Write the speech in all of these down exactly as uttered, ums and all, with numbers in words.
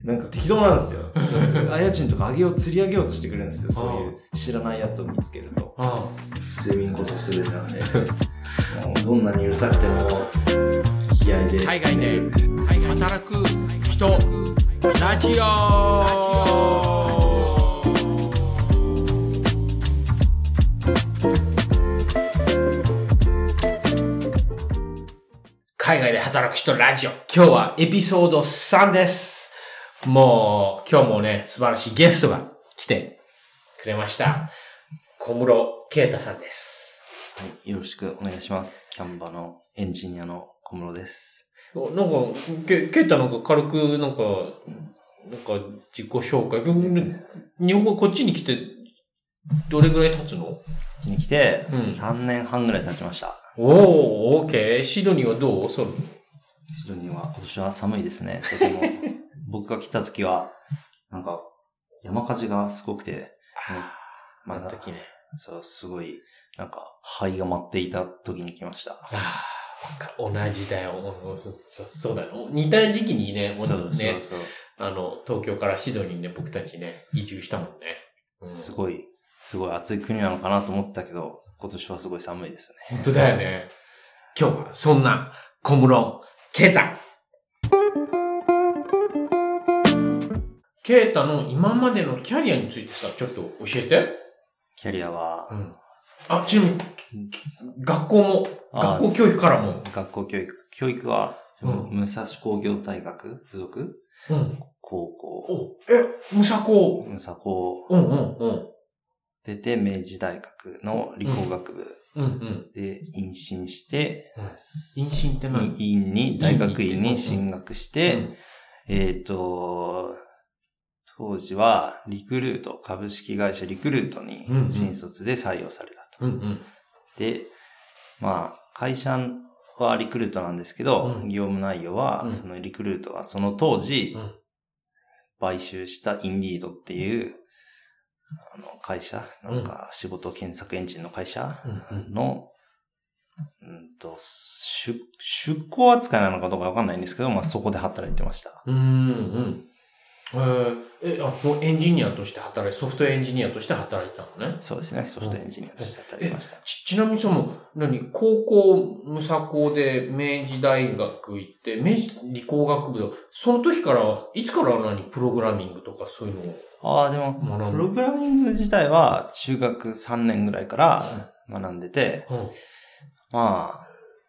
なんか適当なんですよ。あやちんとか上げよう、釣り上げようとしてくれるんですよ。そういう知らないやつを見つけると。 あ睡眠こそ全てなんで。もうどんなにうるさくても、気合で。 海外で働く人、ラジオ海外で働く人ラジオ。今日はエピソードさんです。もう、今日もね、素晴らしいゲストが来てくれました。小室圭太さんです。 はい、よろしくお願いします。キャンバのエンジニアの小室です。 なんか、け、ケイタなんか軽く、なんか、なんか自己紹介。日本語こっちに来て、どれぐらい経つの？こっちに来て、さんねんはんぐらい経ちました。 うん、おー、オーケー。シドニーはどう？それ。 シドニーは今年は寒いですね。とても。僕が来た時は、なんか、山火事がすごくて、 まだ時ね。 そう、すごい、なんか、灰が舞っていた時に来ました。 あ同じだよ。そ、そ、そうだよ。似た時期にね、もうね、そうそうそうあの、東京からシドニーにね、僕たちね、移住したもんね。 うん、すごい、すごい暑い国なのかなと思ってたけど、今年はすごい寒いですね。 本当だよね。今日はそんな小室圭太。圭太の今までのキャリアについてさ、ちょっと教えて。 キャリアは、 うん、あ、ちなみに、学校も、学校教育からも。 学校教育。教育は、うん、武蔵工業大学附属、うん、高校。 お、え、武蔵工。 武蔵工。 うんうんうん。 出て、明治大学の理工学部で院進して、 うんうん、院進って何？ 院に、大学院に進学して、うん、えっと、当時はリクルート、株式会社リクルートに新卒で採用されたと。 うんうん、 で、まあ、会社はリクルートなんですけど、うん、業務内容は、そのリクルートはその当時、うん、買収したインディードっていう、あの会社、なんか仕事検索エンジンの会社の、うんうん、うんと出、出向扱いなのかどうかわかんないんですけど、まあそこで働いてました。 うんうんえー、え、あ、もうエンジニアとして働い、ソフトエンジニアとして働いてたのね。 そうですね、ソフトエンジニアとして働いてました。 ち、ちなみにその、何、高校、武蔵工で明治大学行って、明治理工学部で、その時から、いつから何、プログラミングとかそういうのをああ、でも、プログラミング自体は中学さんねんぐらいから学んでて、うん、まあ、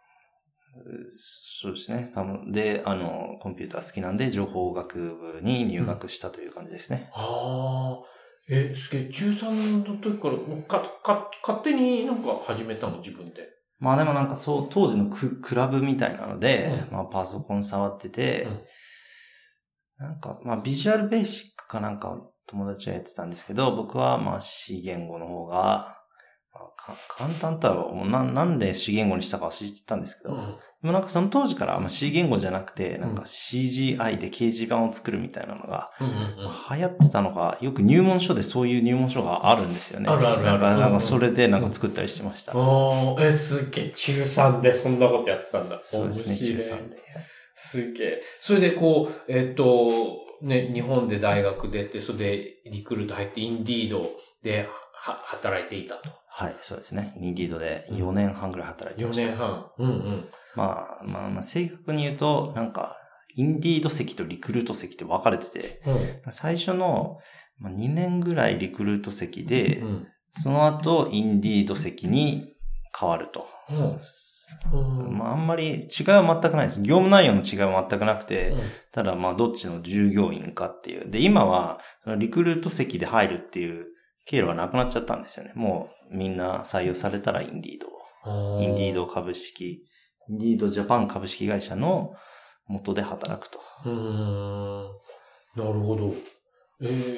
そうですね。多分、で、あの、コンピューター好きなんで、情報学部に入学したという感じですね。 うん、ああ。え、すげえ、中さんの時から、か、か、勝手になんか始めたの、自分で。 まあでもなんかそう、当時のク、クラブみたいなので、うん、まあパソコン触ってて、うん、なんか、まあビジュアルベーシックかなんか友達はやってたんですけど、僕はまあ C 言語の方が、まあ、か簡単とはもうな、なんで C 言語にしたかは知ってたんですけど、うん、でもなんかその当時から、まあ、C 言語じゃなくて、なんか シージーアイ で掲示板を作るみたいなのが、流行ってたのが、よく入門書でそういう入門書があるんですよね。 あるあるある。 なんか、なんかそれでなんか作ったりしてました。 うん、おー、え、すっげえ、中さんでそんなことやってたんだ。 そうですね、中さんで。 すっげえ。それでこう、えっと、ね、日本で大学出て、それでリクルート入って、インディードでは働いていたと。 はい、そうですね。インディードでよねんはんぐらい働いてました。 よねんはん。うんうん。 まあ、まあ、まあ、正確に言うと、なんか、インディード席とリクルート席って分かれてて、うん、最初のにねんぐらいリクルート席で、うん、その後、インディード席に変わると。うん、まあ、あんまり違いは全くないです。業務内容の違いは全くなくて、うん、ただまあ、どっちの従業員かっていう。で、今は、そのリクルート席で入るっていう経路がなくなっちゃったんですよね。もう、みんな採用されたらインディード。インディード株式、インディードジャパン株式会社の元で働くと。 うーん。なるほど。えー、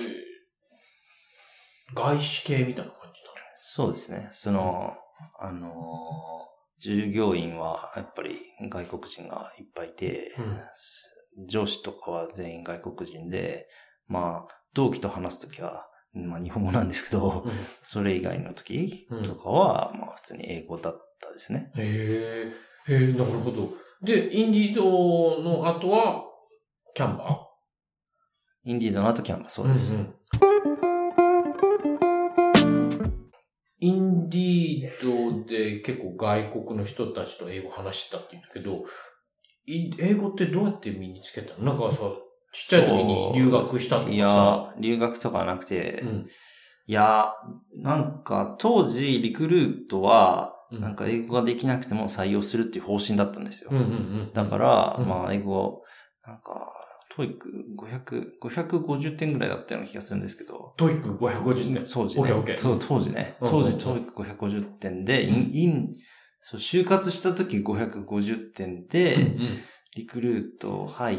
外資系みたいな感じだね。 そうですね。その、あのー、従業員はやっぱり外国人がいっぱいいて、うん、上司とかは全員外国人で、まあ、同期と話すときは、まあ日本語なんですけど、うん、それ以外の時とかは、まあ普通に英語だったですね。 へえ、へえ、なるほど。で、インディードの後は、キャンバインディードの後キャンバ、そうです。うんうん、 インディードで結構外国の人たちと英語話してたって言うけど、英語ってどうやって身につけたの？なんかさ、ちっちゃい時に留学したとかさ。 いや、留学とかはなくて、うん、いや、なんか当時リクルートは、なんか英語ができなくても採用するっていう方針だったんですよ。うんうんうん、だから、うん、まあ英語、なんか、トーイックごひゃく、ごひゃくごじゅってんぐらいだったような気がするんですけど。 トーイックごひゃくごじゅってん？ 当時ね。 オッケーオッケー。 そう、当時ね。当時トーイックごひゃくごじゅってんで、うん、イン、そう、就活した時ごひゃくごじゅってんで、うんうん、リクルート入って、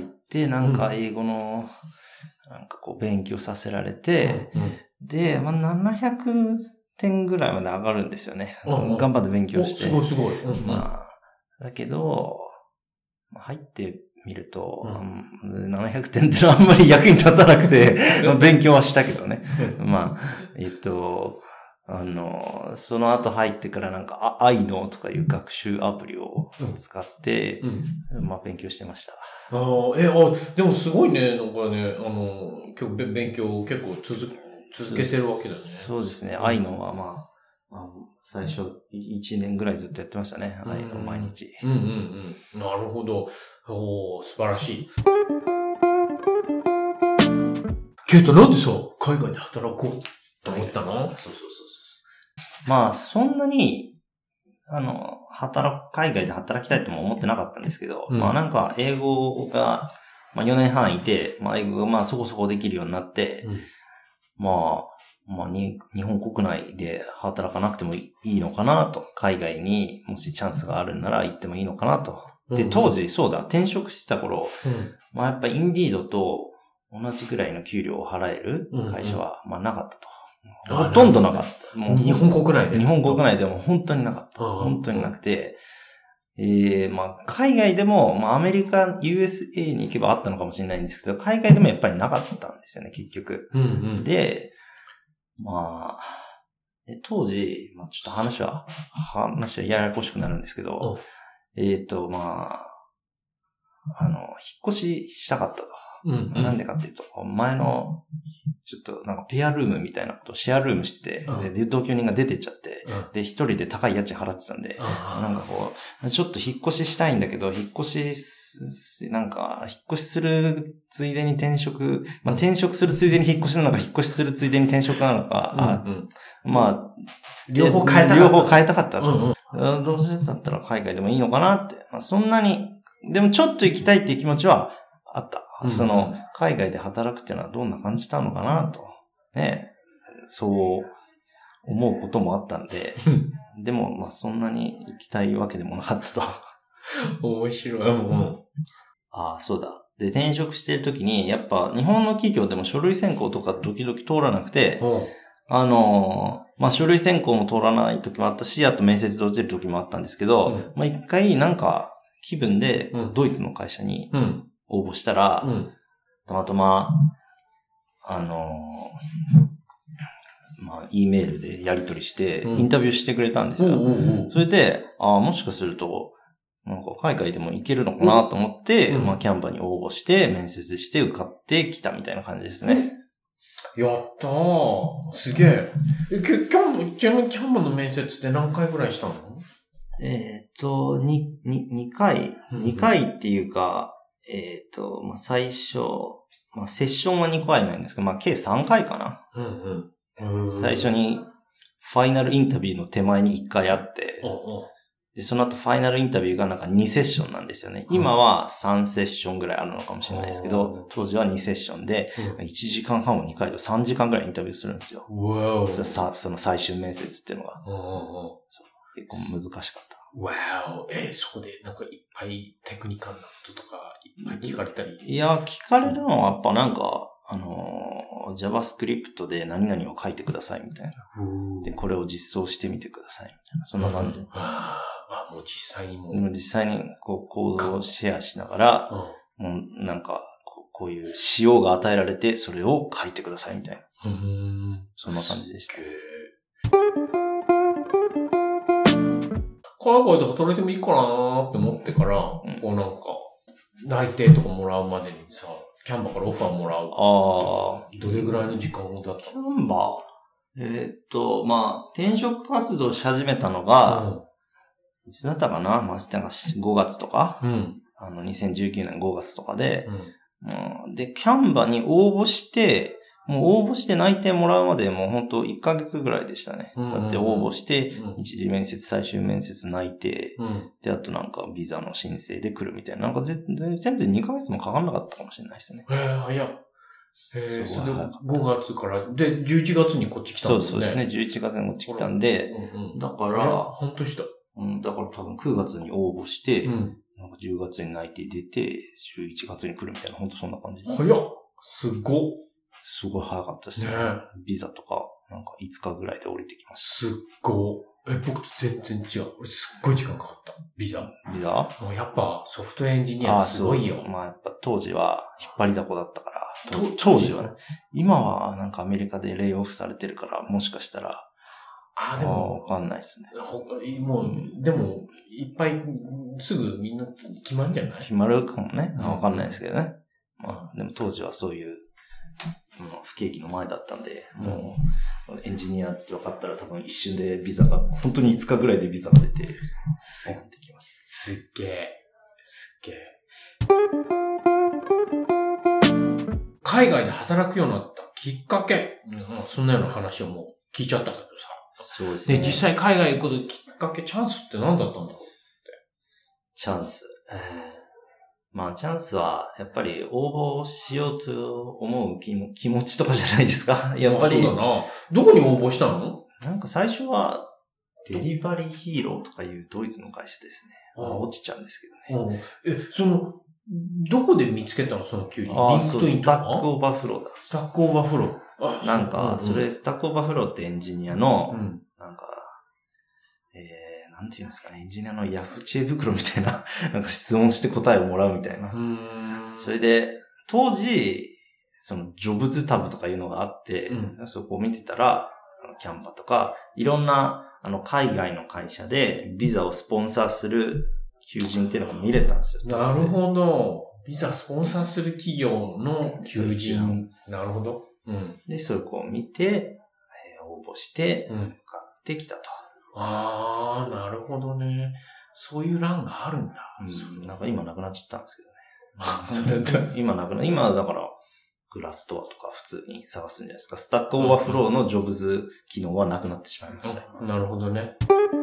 なんか英語の、なんかこう勉強させられて、うんうん、で、まあななひゃくてんぐらいまで上がるんですよね。うんうん、頑張って勉強して。 すごいすごい。うんうん、 まあ、だけど、入ってみると、うん、ななひゃくてんってのはあんまり役に立たなくて、勉強はしたけどね。まあ、えっと、あの、その後入ってからなんか、アイノーとかいう学習アプリを使って、うんうん、まあ勉強してました。 ああ、え、あ、でもすごいね、なんかね、あの、今日勉強を結構続け、続けてるわけだよね。 そうですね。アイノーはまあ、まあ、最初いちねんぐらいずっとやってましたね。アイノー毎日。 うんうんうん。なるほど。おー、素晴らしい。ケイト、なんでさ、海外で働こうと思ったの？そうそうそうそう。 まあ、そんなに、あの、働く、海外で働きたいとも思ってなかったんですけど、うん、まあなんか英語が、まあよねんはんいて、まあ英語がまあそこそこできるようになって、うん、まあ、まあに、日本国内で働かなくてもいいのかなと、海外にもしチャンスがあるなら行ってもいいのかなと。で、当時、そうだ、転職してた頃、うん、まあやっぱインディードと同じぐらいの給料を払える会社は、まあなかったと。ほとんどなかった。 もう日本国内で日本国内でも本当になかった。本当になくて、ええー、まあ、海外でも、まあ、アメリカ、ユーエスエー に行けばあったのかもしれないんですけど、海外でもやっぱりなかったんですよね、結局。うんうん、で、まあ、当時、まあ、ちょっと話は、話はややこしくなるんですけど、えっと、まあ、あの、引っ越ししたかったと。うんうん、なんでかっていうと、前の、ちょっとなんかペアルームみたいなことをシェアルームして、うん、で、同居人が出てっちゃって、うん、で、一人で高い家賃払ってたんで、うん、なんかこう、ちょっと引っ越ししたいんだけど、引っ越し、なんか、引っ越しするついでに転職、まあ、転職するついでに引っ越しなのか、引っ越しするついでに転職なのか、うんうん、まあ、 両方変えたかった。 両方変えたかったと。うんうん、どうせだったら海外でもいいのかなって。まあ、そんなに、でもちょっと行きたいっていう気持ちはあった。その、海外で働くっていうのはどんな感じたのかなと。ね。そう思うこともあったんで。でも、まあそんなに行きたいわけでもなかったと。面白い。うんうん、 ああ、そうだ。で、転職してるときに、やっぱ日本の企業でも書類選考とか時々通らなくて、あの、まあ書類選考も通らないときもあったし、あと面接で落ちるときもあったんですけど、うん、まあ一回なんか気分でドイツの会社に、うん応募したら、うん、たまたま、あのー、まあ、E メールでやり取りして、インタビューしてくれたんですよ。うん、それで、ああ、もしかすると、なんか海外でも行けるのかなと思って、うん、まあ、キャンバに応募して、面接して受かってきたみたいな感じですね。 やったー。すげえ。え、キャンバ、ちなみにキャンバの面接って何回ぐらいしたの？ えっと、に、に、にかい、にかいっていうか、えっ、ー、と、まあ、最初、まあ、セッションはにかいなんですけど、まあ、計さんかいかな。うんうん、最初に、ファイナルインタビューの手前にいっかいあって、おうおうで、その後ファイナルインタビューがなんかにセッションなんですよね。今はさんセッションぐらいあるのかもしれないですけど、当時はにセッションで、いちじかんはんをにかいとさんじかんぐらいインタビューするんですよ。それさその最終面接っていうのが。そう結構難しかった。 わー、えー、そこでなんかいっぱいテクニカルなこととかいっぱい聞かれたり。 いや、聞かれるのはやっぱなんか、あのー、JavaScript で何々を書いてくださいみたいな。で、これを実装してみてくださいみたいな。そんな感じ。うん、 ああ、もう実際にもう。 もう実際にこうコードをシェアしながら、うん、もうなんかこう、こういう仕様が与えられて、それを書いてくださいみたいな。うん、そんな感じでした。 海外で働いてもいいかなーって思ってから、うん、こうなんか、内定とかもらうまでにさ、 キャンバからオファーもらう。 ああ。 どれぐらいの時間だったキャンバえー、っと、まあ、転職活動し始めたのが、うん、いつだったかなまあ、なんかごがつとか、うん、あの、にせんじゅうきゅうねんごがつとかで、うんうん、で、キャンバに応募して、もう応募して内定もらうまでもう本当いっかげつぐらいでしたね。うんうんうん、だって応募して、一次面接、最終面接内定、うん、で、あとなんかビザの申請で来るみたいな、なんか全部でにかげつもかかんなかったかもしれないですね。 へぇ、早っ。へぇ、それでごがつから、で、じゅういちがつにこっち来たんですね。 そうそうですね、じゅういちがつにこっち来たんで、うんうん、だから、 半年だ。 うん、だから多分くがつに応募して、うん、なんかじゅうがつに内定出て、じゅういちがつに来るみたいな、本当そんな感じ。 早っ。すごっ。 すごい早かったですね。ねビザとか、なんかいつかぐらいで降りてきました。 すっごい。え、僕と全然違う。俺すっごい時間かかった。ビザ。 ビザもうやっぱソフトウェアエンジニアすごいよ。 まあやっぱ当時は引っ張りだこだったから。当時はね。今はなんかアメリカでレイオフされてるから、もしかしたら。 ああ、でも。 わかんないですね。 もう、でも、いっぱい、すぐみんな決まるんじゃない？ 決まるかもね。わかんないですけどね。まあ、でも当時はそういう、不景気の前だったんで、もう、エンジニアって分かったら多分一瞬でビザが、本当にいつかぐらいでビザが出て、 すってきました。 すっげえ。すっげえ。海外で働くようになったきっかけ、うん、そんなような話をもう聞いちゃったけどさ。 そうですね。 で、実際海外行くこときっかけ、チャンスって何だったんだろうって。 チャンス。まあ、チャンスは、やっぱり応募しようと思う気も気持ちとかじゃないですか。やっぱり。 そうだな。どこに応募したの？ なんか最初は、デリバリーヒーローとかいうドイツの会社ですね。あ落ちちゃうんですけどね。 え、その、どこで見つけたのその求人。 ああ、そう、スタックオーバーフローだ。 スタックオーバーフロー。なんか、それ、スタックオーバーフローってエンジニアの、うん、なんか、えー、なんていうんですかね、エンジニアのヤフー知恵袋みたいな、なんか質問して答えをもらうみたいな。それで、当時、その、ジョブズタブとかいうのがあって、うん、そこを見てたら、キャンバとか、いろんな、あの、海外の会社で、ビザをスポンサーする求人っていうのが見れたんですよ。なるほど。ビザスポンサーする企業の求人。なるほど。 うん。で、それを見て、えー、応募して、受かってきたと。 うん、ああ、なるほどね。そういう欄があるんだ。 うん、なんか今なくなっちゃったんですけどね。 あ、そうなんだ。 今なくな、今だから、グラストアとか普通に探すんじゃないですか。スタックオーバーフローのジョブズ機能はなくなってしまいました。 うん、なるほどね。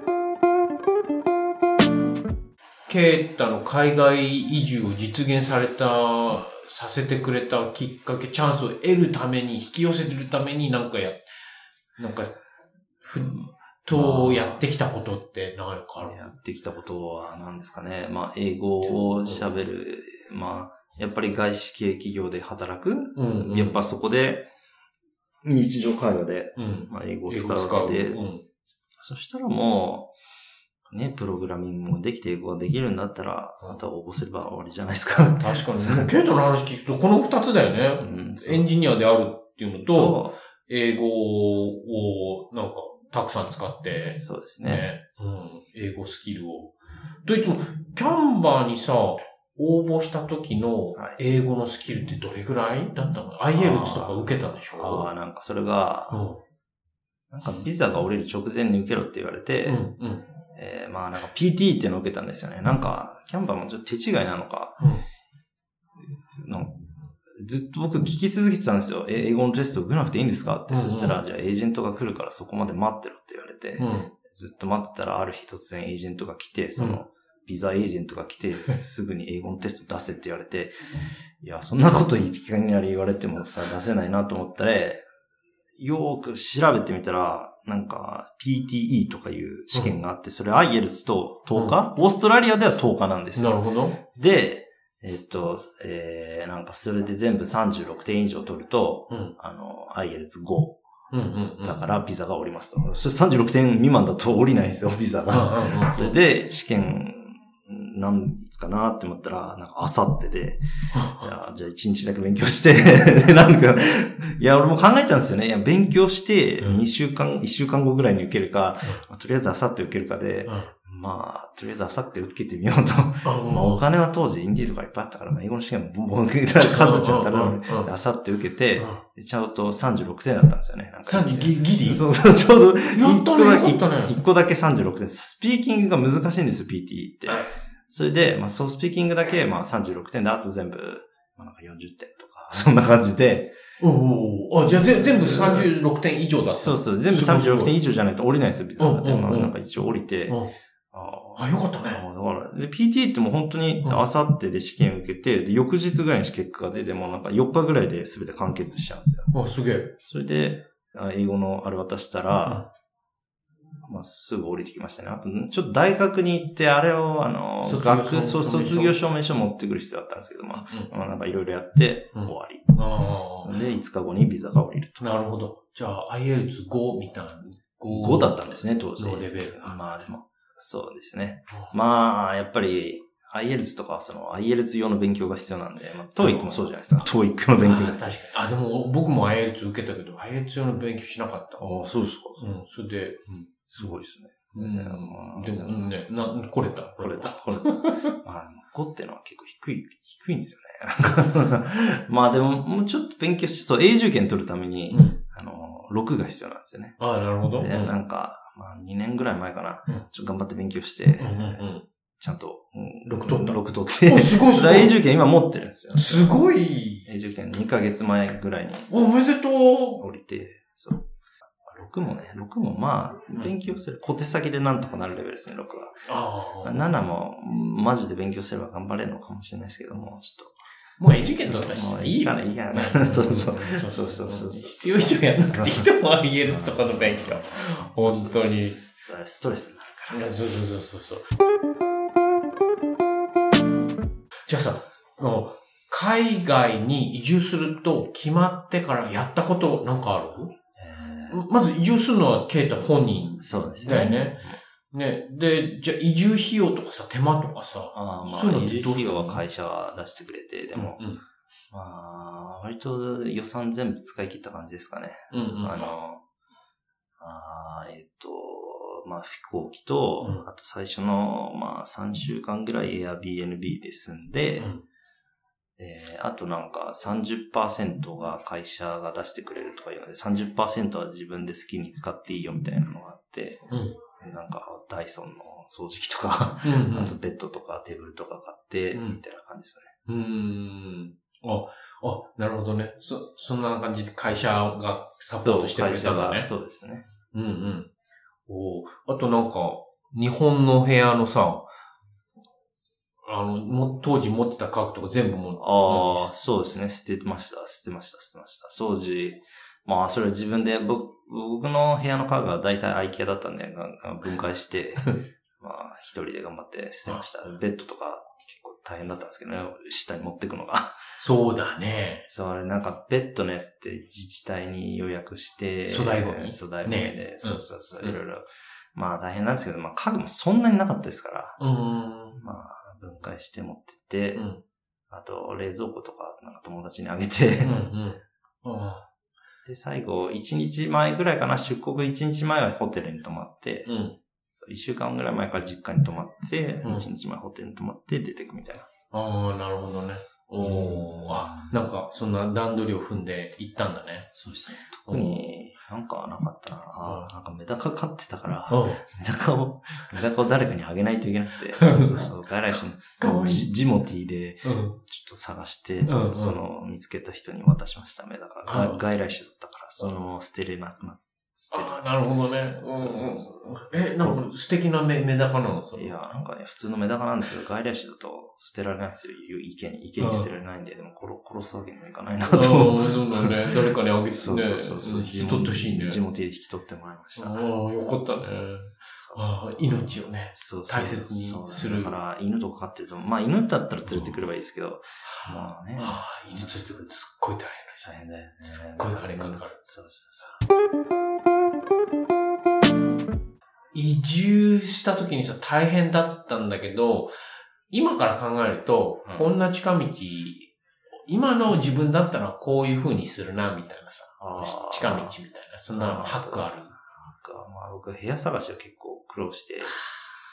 ケイタの海外移住を実現された、させてくれたきっかけ、チャンスを得るために、引き寄せるためになんかや、なんか、ふ、とやってきたことって何かある？ やってきたことは何ですかね。まあ、英語を喋る。まあ、やっぱり外資系企業で働く。うんうん、やっぱそこで、日常会話で、うんまあ、英語を使うわけで、うん、そしたらもう、ね、プログラミングもできて英語ができるんだったら、あとは応募すれば終わりじゃないですか。 確かに。ケイトの話聞くと、この二つだよね。うん、エンジニアであるっていうのと、英語をなんかたくさん使って。 そうですね。 ねうん、英語スキルを。といっても、キャンバーにさ、応募した時の英語のスキルってどれぐらいだったの？ アイエルツ とか受けたんでしょ？ ああ、なんかそれが、うん、なんかビザが降りる直前に受けろって言われて、うんうんえー、まあなんか ピーティー っていうのを受けたんですよね。なんか、キャンバーもちょっと手違いなのか、うん、のずっと僕聞き続けてたんですよ。英語のテスト受けなくていいんですかって。うんうん、そしたら、じゃあエージェントが来るからそこまで待ってろって言われて、うん、ずっと待ってたらある日突然エージェントが来て、その、ビザエージェントが来て、すぐに英語のテスト出せって言われて、いや、そんなこといきなり言われてもさ、出せないなと思ったら、よーく調べてみたら、なんか ピーティーイー とかいう試験があって、それ アイエルツ ととおか、うん、オーストラリアではとおかなんですよ。 なるほど。 で、えっと、えー、なんかそれで全部さんじゅうろくてん以上取ると、うん、あの、アイエルツご。うんうんうん、だからビザが降りますと。それさんじゅうろくてん未満だと降りないんですよ、ビザが。うんうんうん、それで試験、何日かなって思ったら、なんか、あさってで、いや、じゃあ一日だけ勉強してで、なんか、いや、俺も考えたんですよね。いや、勉強して、にしゅうかん、いっしゅうかんごぐらいに受けるか、うん、とりあえずあさって受けるかで、うん、 まあ、とりあえずあさって受けてみようと。まあ、お金は当時インディーとかいっぱいあったから、英語の試験も僕が数ちゃったら、あさって受けて、ちゃんとさんじゅうろくてんだったんですよね。なんかさんじゅうギリそうそう、ちょうど、 やったね、やったね。 いっこだけさんじゅうろくてん。スピーキングが難しいんですよ、ピーティー って。それで、まあ、そう、スピーキングだけ、まあ、さんじゅうろくてんで、あと全部、まあ、なんかよんじゅってんとか、そんな感じで。 おお、あ、じゃあ全部さんじゅうろくてん以上だった。 そうそう、全部さんじゅうろくてん以上じゃないと降りないですよ、ビザが。でも、なんか一応降りて。 あ、よかったね。 だから、で、ピーティー ってもう本当に、あさってで試験受けて、で、翌日ぐらいに結果が出て、もうなんかよっかぐらいで全て完結しちゃうんですよ。 あ、すげえ。 それで、英語のあれ渡したら、まあ、すぐ降りてきましたね。あと、ちょっと大学に行って、あれを、あの、学、卒業証明書持ってくる必要あったんですけど、まあ、うん、まあ、なんかいろいろやって、終わり。うん、で、いつかごにビザが降りると。 なるほど。じゃあ、アイエルツご みたいな。 ごだったんですね、当時。 のレベル。 まあでも、そうですね。まあ、やっぱり、アイエルツ とかはその アイエルツ 用の勉強が必要なんで、まあ、トーイック もそうじゃないですか。トーイック の勉強が。 確かに。あ、でも僕も アイエルツ 受けたけど、アイエルツ 用の勉強しなかった。 ああ、そうですか。 うん、それで、うん、 すごいですね。 うん、でも、うんね、な、これた。 これた、これた。まあ、ごってのは結構低い、低いんですよね。まあでも、もうちょっと勉強して、そう、永住権取るために、うん、あの、ろくが必要なんですよね。 ああ、なるほど。 で、なんか、まあにねんぐらい前かな、うん、ちょっと頑張って勉強して、うんうんうん、ちゃんと、 うん、ろく取った。 ろく取って。 お、すごいすごい。 永住権今持ってるんですよ。 すごい。 永住権にかげつまえぐらいに。 おめでとう。 降りて、そう。ろくもね、ろくもまあ、勉強する。小手先でなんとかなるレベルですね、ろくは。ああ。ななも、マジで勉強すれば頑張れるのかもしれないですけども、ちょっと。 もう永住権取ったし、 いいかな、いいかな。そうそうそうそうそうそう。 必要以上やんなくていいとも アイエルツ とかの勉強。本当に。 ストレスになるから。 いや、そうそうそうそう。じゃあさ、海外に移住すると決まってからやったことなんかある？まず移住するのはケイタ本人だよね。ね。で、じゃあ移住費用とかさ、手間とかさ。 ああ、まあ、そういうの移住費用は会社が出してくれて、でも、うんうん、まあ、割と予算全部使い切った感じですかね。うんうん、あの、あえっと、まあ飛行機と、うん、あと最初の、まあさんしゅうかんぐらい Airbnb で住んで、うんえー、あとなんか さんじゅっパーセント が会社が出してくれるとかいうので さんじゅっパーセント は自分で好きに使っていいよみたいなのがあって、うん、なんかダイソンの掃除機とか、うんうん、あとベッドとかテーブルとか買って、うん、みたいな感じですね。 うーん。あ、あ、なるほどね。そ、そんな感じで会社がサポートしてくれたんだね。 そう、会社が、そうですね。 うんうん。おあとなんか、日本の部屋のさ、あの、も、当時持ってた家具とか全部もう。 ああ、そうですね。捨てました、捨てました、捨てました。掃除、まあ、それは自分で、僕、僕の部屋の家具は大体アイケアだったんで、分解して、まあ、一人で頑張って捨てました。ベッドとか結構大変だったんですけどね、下に持ってくのが。 そうだね。 そう、あれなんかベッドのやつって自治体に予約して、 粗大ゴミ粗大ゴミで、ね、そうそうそう、いろいろ。まあ大変なんですけど、まあ家具もそんなになかったですから、うんまあ分解して持ってって、うん、あと冷蔵庫とかなんか友達にあげて、うんうんうん、で、最後いちにちまえぐらいかな、出国いちにちまえはホテルに泊まって、うん、いっしゅうかんぐらい前から実家に泊まって、うん、いちにちまえホテルに泊まって出てくみたいな。 ああ、なるほどね。おー、あ、なんか、そんな段取りを踏んで行ったんだね。 そうですね。特になんかなかったな。ああ、なんかメダカ飼ってたから、メダカを、メダカを誰かにあげないといけなくて、そうそう、外来種のジ, ジモティで、ちょっと探して、うん、その、見つけた人に渡しました、メダカ。うん、外来種だったから、そのまま捨てれなくなって。 ああ、なるほどね。うんうん、え、なんか素敵なメメダカなのそれ。 いや、なんかね、普通のメダカなんですけど、外来種だと捨てられないですよ。池に、池に捨てられないんで、でも殺すわけにもいかないなと。 そうだね。誰かにあげてね。 そうそうそうそう。 引き取ってほしいね。 地元で引き取ってもらいました。 ああ、よかったね。ああ、命をね、そう大切にする。 だから、犬とか飼ってると、まあ犬だったら連れてくればいいですけど、まあね。 ああ、犬連れてくるってすっごい大変だし。 大変だよね。 すっごい金かかる。 そうそうそう。 移住した時にさ、大変だったんだけど、今から考えると、うん、こんな近道、今の自分だったらこういう風にするな、みたいなさ、近道みたいな、そんなハックある。ハックは、まあ僕部屋探しを結構苦労して、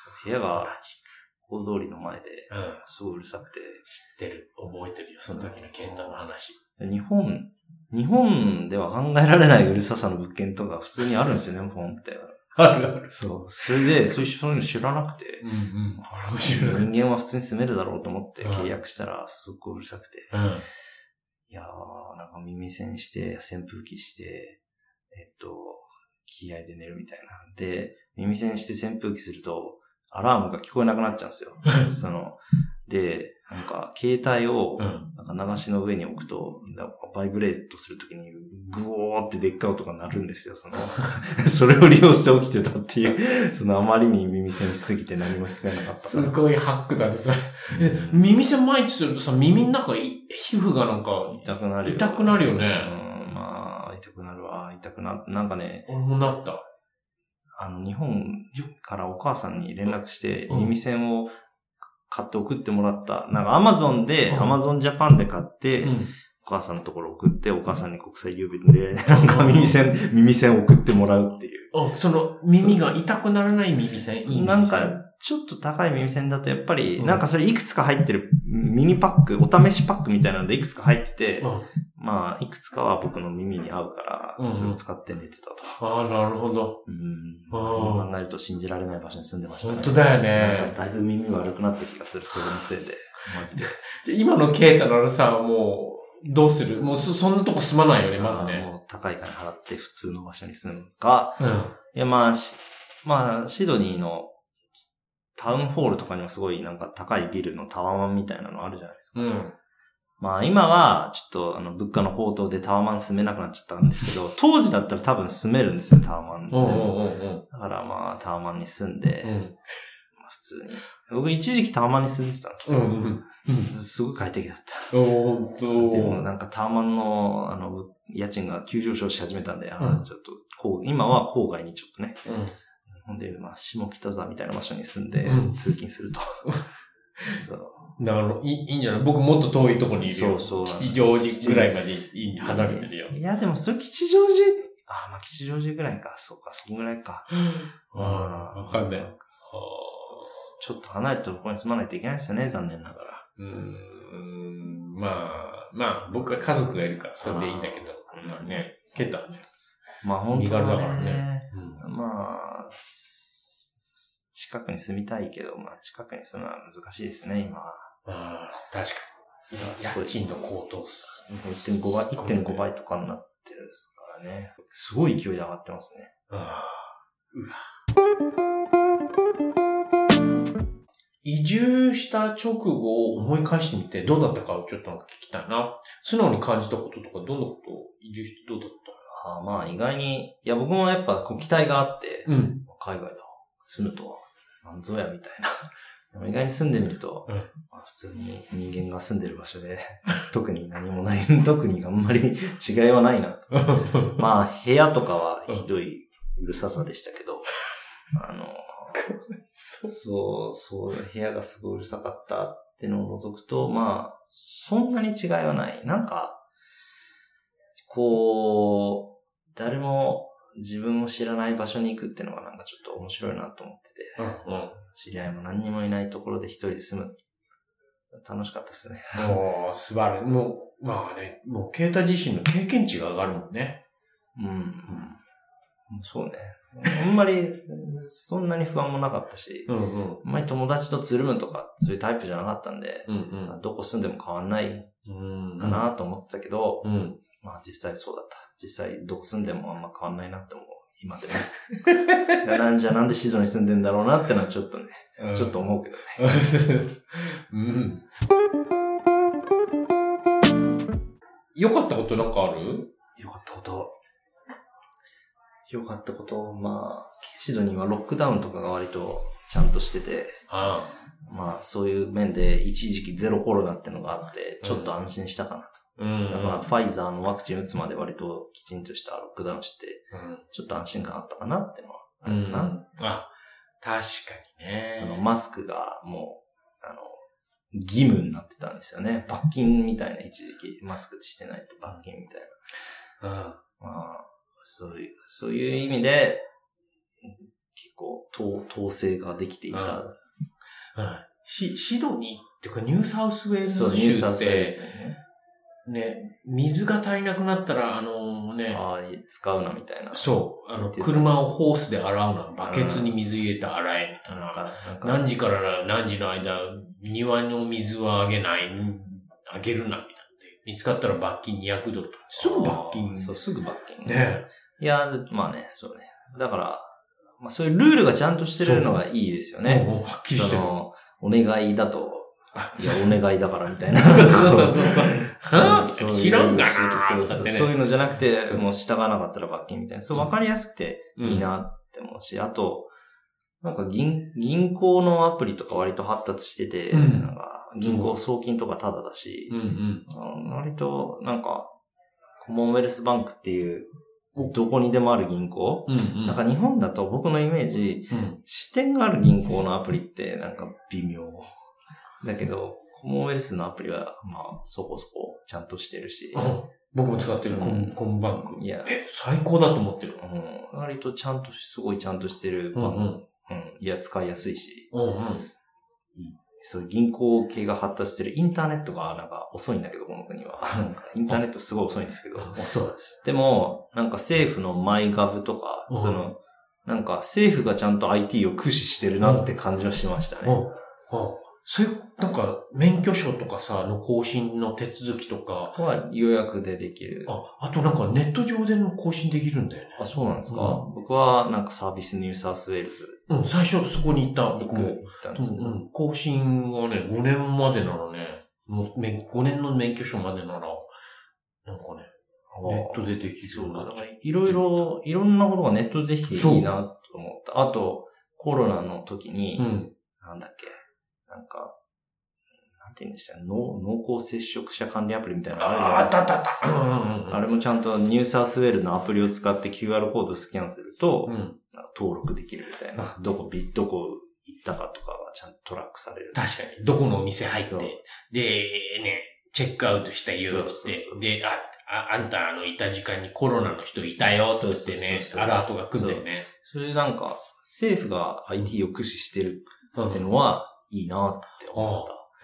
部屋が、大通りの前で、すごいうるさくて、うん。 知ってる。覚えてるよ、その時のケンタの話。 日本、日本では考えられないうるささの物件とか普通にあるんですよね、日本って。 あるある。 そう。それで、そういうの知らなくて、 うんうん。面白い。 人間は普通に住めるだろうと思って契約したら、すっごいうるさくて。うん。いやー、なんか耳栓して、扇風機して、えっと、気合で寝るみたいな。で、耳栓して扇風機すると、アラームが聞こえなくなっちゃうんですよ。その、で、なんか、携帯を、なんか流しの上に置くと、バイブレートするときに、グオーってでっかい音が鳴るんですよ、その。それを利用して起きてたっていう、そのあまりに耳栓しすぎて何も聞こえなかった。 すごいハックだね、それ。うん、耳栓毎日するとさ、耳の中、皮膚がなんか、 痛くなるよ。 痛くなるよね。 うん、まあ、痛くなるわ。痛くな、なんかね。 俺もなった。 あの、日本からお母さんに連絡して、耳栓を買って送ってもらった。なんかアマゾンで、アマゾンジャパンで買って、うん、お母さんのところ送って、お母さんに国際郵便で、なんか耳栓、耳栓送ってもらうっていう。 あ、その耳が痛くならない耳栓いい耳栓なんか、ちょっと高い耳栓だとやっぱり、なんかそれいくつか入ってるミニパック、お試しパックみたいなのでいくつか入ってて、うん、まあ、いくつかは僕の耳に合うから、それを使って寝てたと。 ああ、なるほど。 うん。考えると信じられない場所に住んでましたね。 本当だよね。 だいぶ耳悪くなった気がする、それのせいで。マジで。 じゃ今のケイタのさ、もう、どうするもうそ、そんなとこ住まないよね、まずね。 もう高い金払って普通の場所に住むか。うん。いや、まあ、まあ、シドニーのタウンホールとかにもすごいなんか高いビルのタワマンみたいなのあるじゃないですか。うん。まあ今はちょっとあの物価の高騰でタワマン住めなくなっちゃったんですけど、当時だったら多分住めるんですよ、タワマンで。だからまあタワマンに住んで、うん、まあ普通に。僕一時期タワマンに住んでたんですよ。うんうん、すごい快適だった。おーでもなんかタワマンのあの家賃が急上昇し始めたんで、あのちょっとこう今は郊外にちょっとね、うんほんで、まあ、下北沢みたいな場所に住んで、通勤すると。 そう。なるほど。いい、いいんじゃない僕もっと遠いところにいるよ。そうそう。吉祥寺ぐらいまで離れてるよ。 いや、でも、それ吉祥寺、ああ、まあ、吉祥寺ぐらいか。そうか、そんぐらいか。 ああ、わかんない。 ちょっと離れたところに住まないといけないですよね、残念ながら。 うーん、まあ、まあ、僕は家族がいるから、それでいいんだけど。まあね、ケタね。 まあ、本当に、ね。身軽だからね。 うん、 まあ、近くに住みたいけど、まあ近くに住むのは難しいですね、今は。 ああ、確かに。家賃の高騰数。 いってんごばい、いってんごばいとかになってるんですからね。すごい勢いで上がってますね。ああ、 うわ。移住した直後を思い返してみて、どうだったかをちょっとなんか聞きたいな。素直に感じたこととか、どんなことを移住してどうだったああまあ意外に、いや僕もやっぱ期待があって、うん、海外だ、住むとは。なんぞやみたいな。でも意外に住んでみると、うんまあ、普通に人間が住んでる場所で、特に何もない、特にあんまり違いはないな。まあ部屋とかはひどいうるささでしたけど、あの、そう、そう、部屋がすごいうるさかったってのを除くと、まあ、そんなに違いはない。なんか、こう、誰も、自分を知らない場所に行くっていうのがなんかちょっと面白いなと思ってて、うんうん、知り合いも何にもいないところで一人で住む。楽しかったですね。 もう、素晴らしい。もう、まあね、もう、ケイタ自身の経験値が上がるもんね。 うん。うん、そうね。あんまり、そんなに不安もなかったし、うんうん、あんまり友達とつるむとか、そういうタイプじゃなかったんで、うんうん、どこ住んでも変わんないかなと思ってたけど、うんうん、まあ実際そうだった。実際どこ住んでもあんま変わんないなって思う。今でも。なんじゃなんでシドに住んでんだろうなってのはちょっとね、うん、ちょっと思うけどね。 うん。良かったことなんかある？ 良かったこと。良かったこと。まあ、シドニーはロックダウンとかが割とちゃんとしてて、ああまあそういう面で一時期ゼロコロナってのがあって、ちょっと安心したかなと。うん、だからファイザーのワクチン打つまで割ときちんとしたロックダウンして、うん、ちょっと安心感あったかなってのはあるかな。うん、 あ、確かにね。 そのマスクがもう、あの、義務になってたんですよね。罰金みたいな一時期、マスクしてないと罰金みたいな。うん、まあ、そういう、そういう意味で、結構統制ができていた。うん。 うん、シ, シドニーっていうかニューサウスウェールズ州って、 ニューサウスウェールズね。 ね、水が足りなくなったら、あのね。 ああ、使うなみたいな。 そう。あの、車をホースで洗うな。バケツに水入れて洗え、みたいな。何時から何時の間、庭の水はあげない、あげるな、みたいな。見つかったら罰金にひゃくドルとか。すぐ罰金。 そう、すぐ罰金。 ね。 いや、まあね、そうね。だから、まあそういうルールがちゃんとしてるのがいいですよね。 もうはっきりしてる。 その、お願いだと、いや、お願いだからみたいな。 そうそうそうそう。知らんがなそうそう。そういうのじゃなくて、もう従わなかったら罰金みたいな。そう、わかりやすくていいなって思うし、あと、なんか銀、銀行のアプリとか割と発達してて、なんか銀行送金とかタダだし、割となんか、コモンウェルスバンクっていう、どこにでもある銀行、なんか日本だと僕のイメージ、支店がある銀行のアプリってなんか微妙。だけど、コモンウェルスのアプリは、まあ、そこそこちゃんとしてるし。 僕も使ってる、コモン、コモンバンク。 いや。 え、最高だと思ってる。 うん。割とちゃんと、すごいちゃんとしてるバンク。うん、うん。いや、使いやすいし。 うんうん。 そういう銀行系が発達してるインターネットがなんか遅いんだけど、この国は。インターネットすごい遅いんですけど。 遅いです。 でも、なんか政府のマイガブとか、その、なんか政府がちゃんと アイティー を駆使してるなって感じはしましたね。 うん。うん。そういう、なんか、免許証とかさ、の更新の手続きとか。 は予約でできる。 あ、あとなんかネット上での更新できるんだよね。 あ、そうなんですか、うん、僕はなんかサービスニューサウスウェールズ。 うん、最初そこに行った。 僕も行ったんです、 うん、うん。更新はね、ごねんまでならね、もうごねんの免許証までなら、なんかね、ネットでできるようになっちゃう。 いろいろ、いろんなことがネットでできていいなと思った。あと、コロナの時に、うん、なんだっけ。なんか、なんて言うんでしたっけ、濃厚接触者管理アプリみたいなのあるじゃないですか。あ、あったあったあった。 あれもちゃんとニューサウスウェールのアプリを使って キューアール コードをスキャンすると、うん、登録できるみたいな。どこ、どこ行ったかとかがちゃんとトラックされる。 確かに。どこのお店入って、で、ね、チェックアウトしたよって、で、あ、あ、あんたあのいた時間にコロナの人いたよって言ってね、アラートが来るんだよね。 それなんか、政府が アイティー を駆使してるっていうのは、いいなって思った。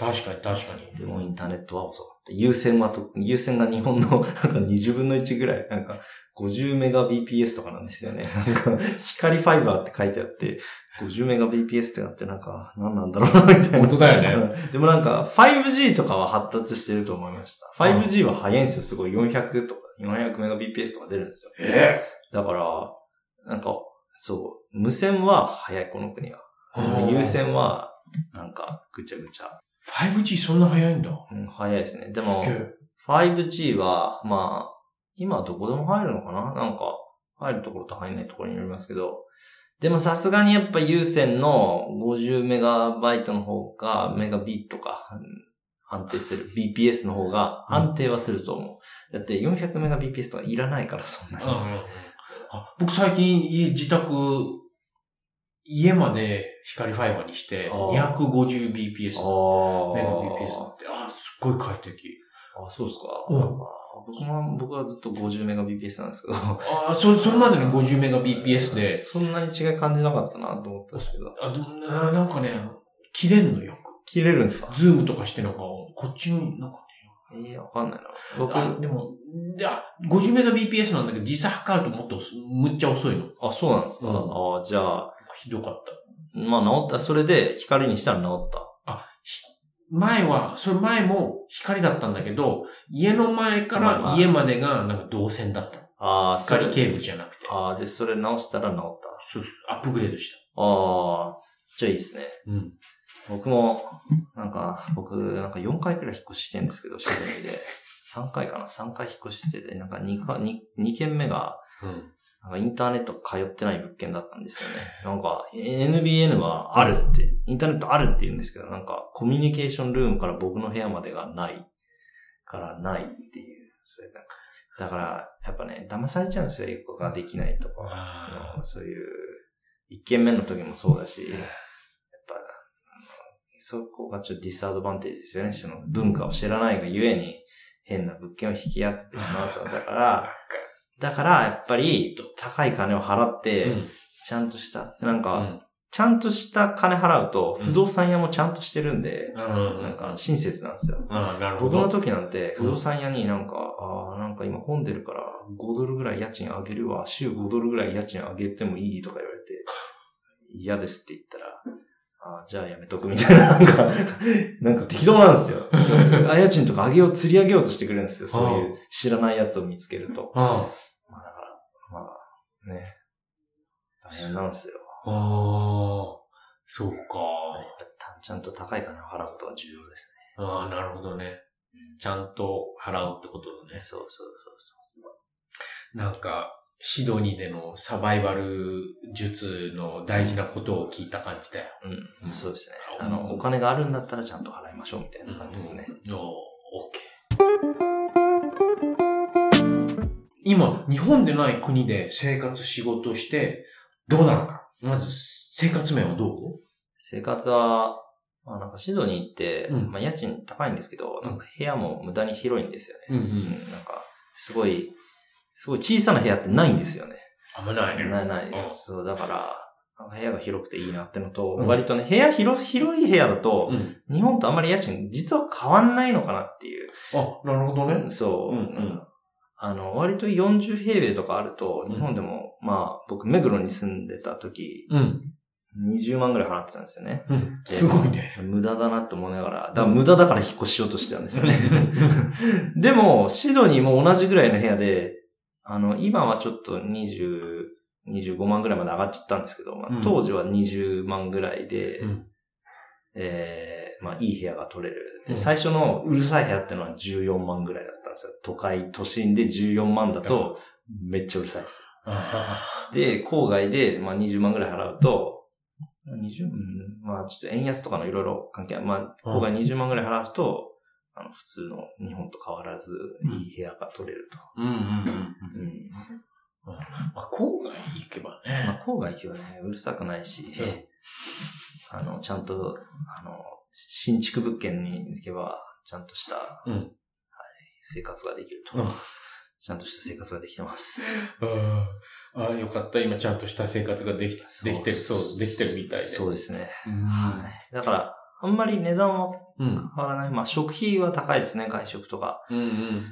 確かに確かに。 でもインターネットは遅かった。有線はと、有線が日本のなんかにじゅうぶんのいちぐらい、なんかごじゅうメガビーピーエス とかなんですよね。なんか光ファイバーって書いてあって、ごじゅうメガビーピーエス ってなってなんか何なんだろうなみたいな。 本当だよね。 でもなんか ファイブジー とかは発達してると思いました。ファイブジー は速いんですよ。すごいよんひゃくとかよんひゃくメガビーピーエス とか出るんですよ。 えー、だから、なんか、そう、無線は速い、この国は。有線は、なんか、ぐちゃぐちゃ。 ファイブジー そんな早いんだ。 うん、早いですね。でも、ファイブジー は、まあ、今はどこでも入るのかななんか、入るところと入んないところによりますけど、でもさすがにやっぱ有線のごじゅうメガバイトの方が、メガビットか、安定する。ビーピーエス の方が安定はすると思う。だってよんひゃくメガビーピーエス とかいらないから、そんなに。うんうん、 あ僕最近家、自宅、家まで光ファイバーにして、にひゃくごじゅうビーピーエス のメガ ビーピーエス になって、ああ、すっごい快適。 あ、そうですか。 うん、 僕も、僕はずっと ごじゅうメガビーピーエス なんですけど。ああ、そ、それまでの ごじゅうメガビーピーエス で。 そんなに違い感じなかったなと思ったんですけど。 あ、でもな、なんかね、切れんのよく。 切れるんですか？ ズームとかしてなんか、こっちの、なんかね。ええー、わかんないな。僕、 あ、でも、あ、ごじゅうメガビーピーエス なんだけど、実際測るともっとむっちゃ遅いの。 あ、そうなんですか？うん、ああ、じゃあ。 ひどかった。 まあ治った。それで光にしたら治った。 あ、前は、それ前も光だったんだけど、家の前から家までがなんか導線だった。 ああ、 光ケーブルじゃなくて。 ああ、で、それ直したら治った。 そうそう。アップグレードした。 ああ、じゃあいいっすね。 うん。 僕も、なんか、僕、なんかよんかいくらい引っ越ししてんですけど、シドニーで。さんかいかな ?さん 回引っ越ししてて、なんかにか、に、に軒目が、 うん。 なんかインターネット通ってない物件だったんですよね。なんか エヌビーエヌ はあるって、インターネットあるって言うんですけど、なんかコミュニケーションルームから僕の部屋までがないからないっていう。それなんかだから、やっぱね、騙されちゃうんですよ、英語ができないとか。そういう、一軒目の時もそうだし、やっぱ、そこがちょっとディスアドバンテージですよね。その文化を知らないがゆえに変な物件を引き当ててしまうと。だから、だから、やっぱり、高い金を払って、ちゃんとした、なんか、 ちゃんとした金払うと、不動産屋もちゃんとしてるんで、 うん、 なんか親切なんですよ。 ああ、なるほど。 僕の時なんて、不動産屋になんか、うん、ああ、なんか今混んでるからごドルぐらい家賃上げるわ、週ごドルぐらい家賃上げてもいいとか言われて、嫌ですって言ったら、ああ、じゃあやめとくみたいな、なんか、なんか適当なんですよ。家賃とか上げよう、釣り上げようとしてくれるんですよ。そういう知らないやつを見つけると。 ああまあだから、まあ、ね、大変なんですよ。 ああ、そうか。 ちゃんと高い金を払うことが重要ですね。ああ、なるほどね。ちゃんと払うってことだね。 そうそうそうそう。なんか、シドニーでのサバイバル術の大事なことを聞いた感じだよ。 うん、そうですね。あの、お金があるんだったらちゃんと払いましょうみたいな感じですね。 うん、おー、オッケー。今、日本でない国で生活仕事してどうなのか。まず、生活面はどう？ 生活は、まあなんかシドニーって、 うん、 まあ家賃高いんですけど、なんか部屋も無駄に広いんですよね。 うんうん、 なんか、すごい、すごい小さな部屋ってないんですよね。 あんまないね。 ないない。うん、そう、だから、なんか部屋が広くていいなってのと、うん、割とね、部屋広、広い部屋だと、うん、日本とあんまり家賃実は変わんないのかなっていう。 あ、なるほどね。 そう。うんうん、あの、割とよんじゅうへいべいとかあると、日本でも、うん、まあ、僕、目黒に住んでた時、うん、にじゅうまんぐらい払ってたんですよね。 うん、すごいね。 無駄だなって思いながら、だから無駄だから引っ越ししようとしてたんですよね。でも、シドニーも同じぐらいの部屋で、あの、今はちょっとにじゅう、にじゅうごまんぐらいまで上がっちゃったんですけど、まあ、当時はにじゅうまんぐらいで、うん、えー、まあ、いい部屋が取れる。で、最初のうるさい部屋ってのはじゅうよんまんぐらいだったんですよ。都会、都心でじゅうよんまんだと、めっちゃうるさいです。で、郊外で、まあ、にじゅうまんぐらい払うと、にじゅう、うん、まあ、ちょっと円安とかのいろいろ関係ある。まあ、郊外にじゅうまんぐらい払うと、あの、普通の日本と変わらず、いい部屋が取れると。 うんうんうん。うん。まあ、郊外行けばね。 まあ、郊外行けばね、うるさくないし、うん、あの、ちゃんと、あの、新築物件に行けば、ちゃんとした、うん、はい、生活ができると。うん、ちゃんとした生活ができてます。 ああ、よかった。今ちゃんとした生活ができ、できてる、そう、できてるみたいで。 そうですね。はい。だから、あんまり値段は変わらない。うん、まあ、食費は高いですね、外食とか。 うんうん、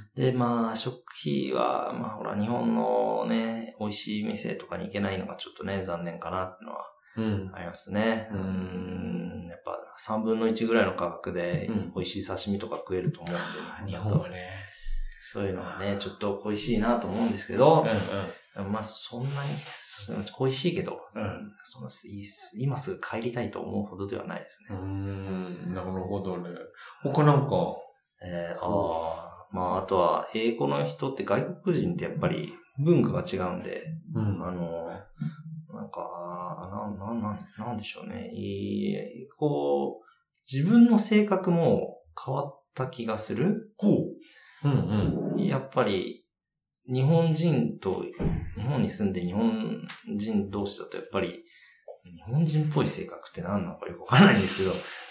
で、まあ、食費は、まあ、ほら、日本のね、美味しい店とかに行けないのがちょっとね、残念かなっていうのは、ありますね。うん。うんやっぱ、さんぶんのいちぐらいの価格で、美味しい刺身とか食えると思うんで、 日本はね。 そういうのはね、ちょっと恋しいなと思うんですけど、うんうん、まあ、そんなに、恋しいけど、うん、そんな今すぐ帰りたいと思うほどではないですね。 うーん、なるほどね。他なんか、 えー、ああ、まあ、あとは、英語の人って外国人ってやっぱり文化が違うんで、うん、あの、なんか、なん、なん、なんでしょうね。こう、自分の性格も変わった気がする。 ほう。うんうん。やっぱり、日本人と、日本に住んで日本人同士だとやっぱり、日本人っぽい性格って何なのかよくわからないんですけど、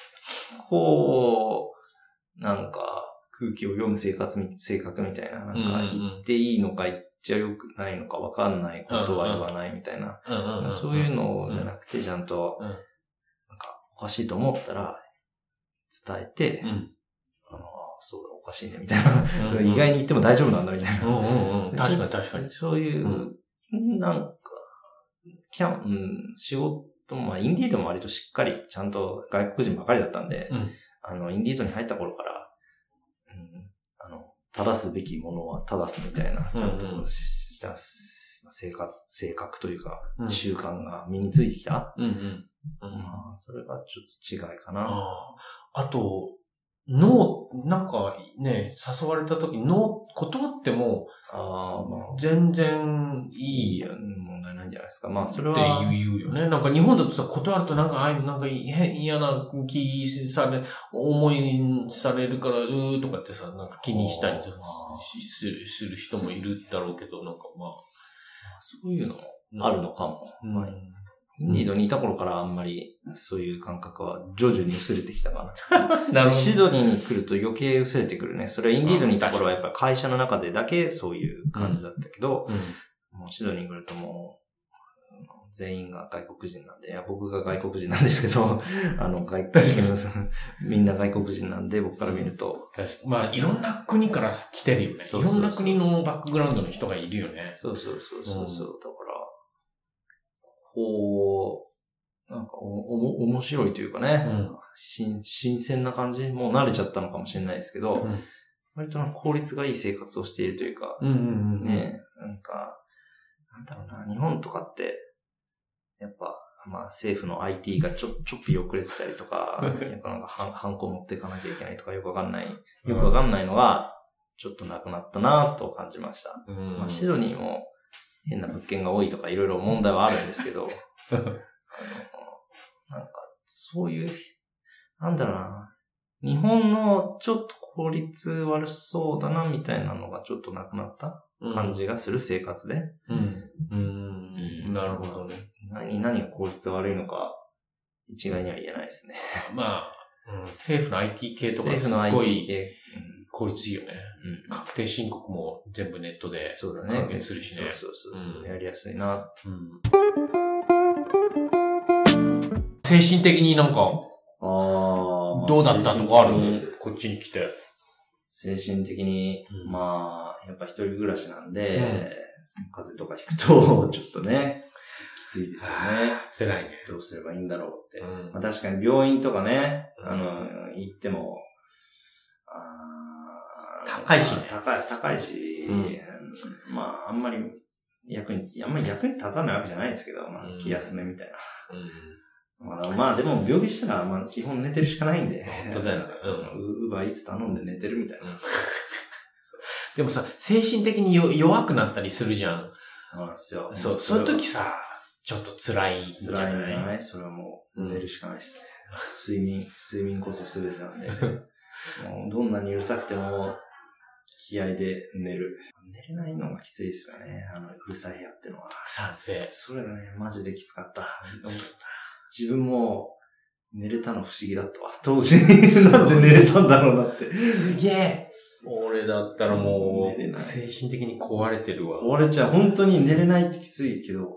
こう、なんか空気を読む生活み、性格みたいな、なんか言っていいのか言っちゃよくないのかわかんないことは言わないみたいな、そういうのじゃなくてちゃんと、なんかおかしいと思ったら伝えて、うんそうだ、おかしいね、みたいな。うんうん、意外に言っても大丈夫なんだ、みたいな。 うんうんうん、確かに確かに。 そういう、うん、なんか、キャン、うん、仕事も、まあ、インディードも割としっかり、ちゃんと外国人ばかりだったんで、うん、あの、インディードに入った頃から、うん、あの、正すべきものは正すみたいな、ちゃんとした、うんうん、生活、性格というか、うん、習慣が身についてきた。うんうんうんまあ、それがちょっと違いかな。 あ, あと、ノー、なんかね、誘われた時、ノー、断っても、 あまあ、 全然いい問題ないんじゃないですか。まあ、それは。 って言うよね。なんか日本だとさ、断るとなんか、あなんか嫌な気され、思いされるから、うーとかってさ、なんか気にしたりする、する人もいるだろうけど、なんかまあ。 そういうのもあるのかも。うんはいインディードにいた頃からあんまりそういう感覚は徐々に薄れてきたかな。なるほどシドニーに来ると余計薄れてくるね。それはインディードにいた頃はやっぱり会社の中でだけそういう感じだったけど、うんうん、もうシドニーに来るとも全員が外国人なんで、いや僕が外国人なんですけど、あの、外国人みんな外国人なんで、僕から見ると。 確かに。まあ、いろんな国からさ来てるよね。そうそうそう。いろんな国のバックグラウンドの人がいるよね。 そうそうそうそうそう、うん。だから、こう、なんかお、お、面白いというかね、うん、新、新鮮な感じ、もう慣れちゃったのかもしれないですけど、うん、割と効率がいい生活をしているというか、 うんうんうん、 ね、なんか、なんだろうな、日本とかって、やっぱ、まあ政府の アイティー がちょ、ちょっぴ遅れてたりとか、やっぱなんかハンコ持っていかなきゃいけないとかよくわかんない、よくわかんないのが、ちょっとなくなったなと感じました。 うんまあ、シドニーも変な物件が多いとかいろいろ問題はあるんですけど、あの、なんか、そういう、なんだろうな、日本のちょっと効率悪そうだなみたいなのがちょっとなくなった感じがする生活で。 うん。うん。うん、なるほどね。 何、何が効率悪いのか、一概には言えないですね。 まあ、うん、政府の アイティー 系とかすごい効率いいよね。うん、確定申告も全部ネットで完結するしね。 そうそうそうそう、うん。やりやすいな。 うん、精神的になんか、 あーどうだったとかある？こっちに来て。 精神的に、うん、まあ、やっぱ一人暮らしなんで、うん、風邪とかひくと、ちょっとね、きついですよね。 辛いね。 どうすればいいんだろうって。 うん、 まあ、確かに病院とかね、うん、あの、行っても、 あ高いし、ね、 高い、高いし、うん、まあ、あんまり役に、あんまり役に立たないわけじゃないんですけど、まあ、気休めみたいな。 うんまあ、まあでも病気したら、まあ基本寝てるしかないんで。 本当だよね。 うん。ウーバーイーツ頼んで寝てるみたいな。うん、 でもさ、精神的に弱くなったりするじゃん。 そうなんですよ。 そう、そういう時さ、ちょっと辛いんじゃない？ 辛いんじゃない？それはもう寝るしかないですね。うん、睡眠、睡眠こそ全てなんで。もうどんなにうるさくても、気合で寝る。寝れないのがきついですよね。あの、うるさい部屋ってのは。 賛成。 それがね、マジできつかった。自分も寝れたの不思議だったわ。当時なんで寝れたんだろうなって。 すげえ。俺だったらもう、精神的に壊れてるわ。 壊れちゃう。本当に寝れないってきついけど。 うん、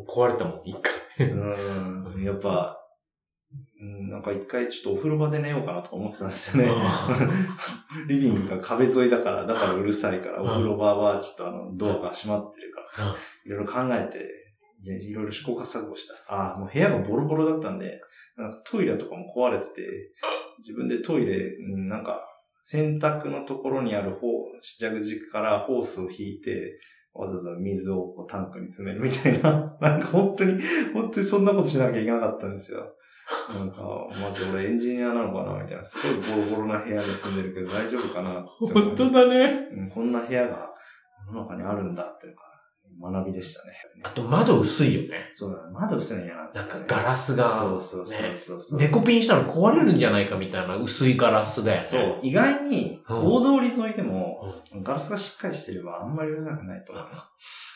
壊れたもん、一回。 うん。やっぱ、うん、なんか一回ちょっとお風呂場で寝ようかなとか思ってたんですよね。リビングが壁沿いだから、だからうるさいから、お風呂場はちょっとあの、ドアが閉まってるから、いろいろ考えて、いや、いろいろ試行錯誤した。ああ、もう部屋がボロボロだったんで、なんかトイレとかも壊れてて、自分でトイレ、なんか、洗濯のところにある方、蛇口からホースを引いて、わざわざ水をこうタンクに詰めるみたいな。なんか本当に、本当にそんなことしなきゃいけなかったんですよ。なんか、マジ俺エンジニアなのかなみたいな。すごいボロボロな部屋に住んでるけど大丈夫かなって。 本当だね、 うん。こんな部屋が世の中にあるんだっていうか。学びでしたね。 あと窓薄いよね。 そうだね。窓薄いの嫌なんですよね。 なんかガラスが、ね。 そうそうそうそうそう。 デコピンしたら壊れるんじゃないかみたいな薄いガラスだよね。 そう。意外に、大通り沿いでも、うん、ガラスがしっかりしてればあんまりうるさくないと思うな。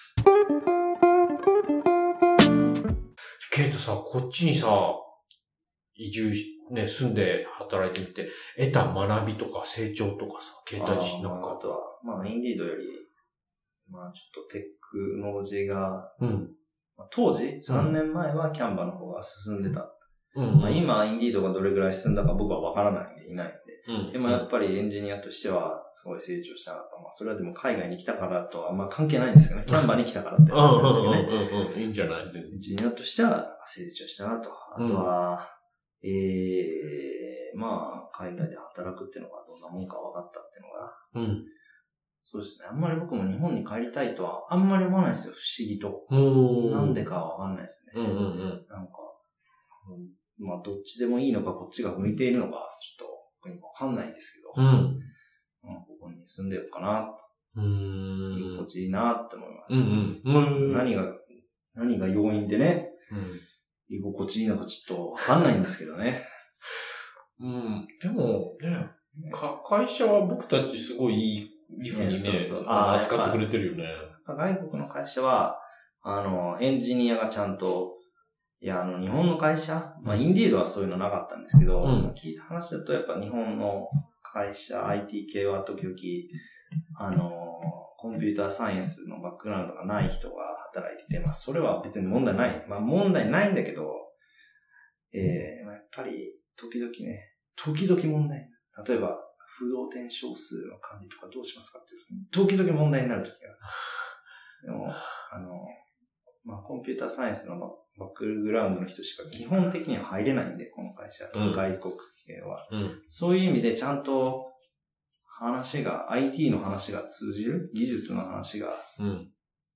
ケイトさ、こっちにさ、移住し、ね、住んで働いてみて、得た学びとか成長とかさ、ケイタ自身なんか。 あとは、まあ、インディードより、まあちょっとテクノロジーが、 うんまあ、当時さんねんまえはキャンバの方が進んでた。 うんまあ、今インディードがどれぐらい進んだか僕はわからないんでいないんで。 うん、 でもやっぱりエンジニアとしてはすごい成長したかった。まあそれはでも海外に来たからとはあんま関係ないんですけどね。キャンバに来たからって話なんですけどね。 うんうんうん、いいんじゃない？全然。 エンジニアとしては成長したなと。あとは、うん、ええー、まあ海外で働くっていうのがどんなもんか分かったっていうのが。 うん。 そうですね。あんまり僕も日本に帰りたいとはあんまり思わないですよ。不思議と。なんでかはわかんないですね。 うんうんうん、 なんか、うん、まあどっちでもいいのかこっちが向いているのかちょっと僕にもわかんないんですけど、 うんまあ、ここに住んでようかなと。 うーん。 居心地いいなって思います。 うんうん、 何が、何が要因でね、 うん、 居心地いいのかちょっとわかんないんですけどね。 うん。でもね、か会社は僕たちすごいいいいうふうにね、そうそう扱ってくれてるよね。 外国の会社は、あの、エンジニアがちゃんと、いや、あの、日本の会社、まあ、インディードはそういうのなかったんですけど、うん、聞いた話だと、やっぱ日本の会社、アイティー 系は時々、あの、 コンピューターサイエンスのバックグラウンドがない人が働いてて、まあそれは別に問題ない。まあ問題ないんだけど、えー、まあ、やっぱり時々ね、時々問題。例えば、不動点小数の管理とかどうしますかっていう時々問題になる時がある。でも、あの、まあコンピューターサイエンスのバックグラウンドの人しか基本的には入れないんで、この会社、うん、外国系は、うん。そういう意味でちゃんと話が、アイティー の話が通じる、技術の話が、うん、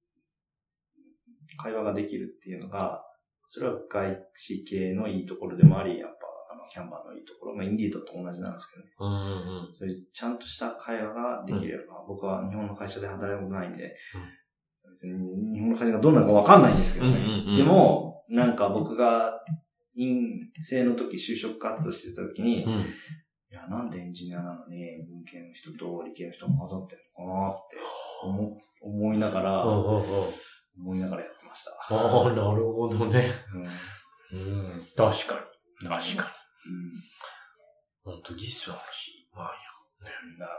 会話ができるっていうのが、それは外資系のいいところでもあり、やっぱ、あの、キャンバーのいいところ、まあ、インディードと同じなんですけどね。うんうんうん、そういうちゃんとした会話ができれば、うん、僕は日本の会社で働いたことないんで、うん、別に日本の会社がどんなのかわかんないんですけどね。うんうんうん、でも、なんか僕が院生の時就職活動してた時に、うん、いや、なんでエンジニアなのに文系の人と理系の人が混ざってるのかなって思、思いながら、うんうんうん、思いながらやってました。 ああ、なるほどね。うん。うん、確かに。確かに。うん。本当技術の話。まあいや。ね。 だから、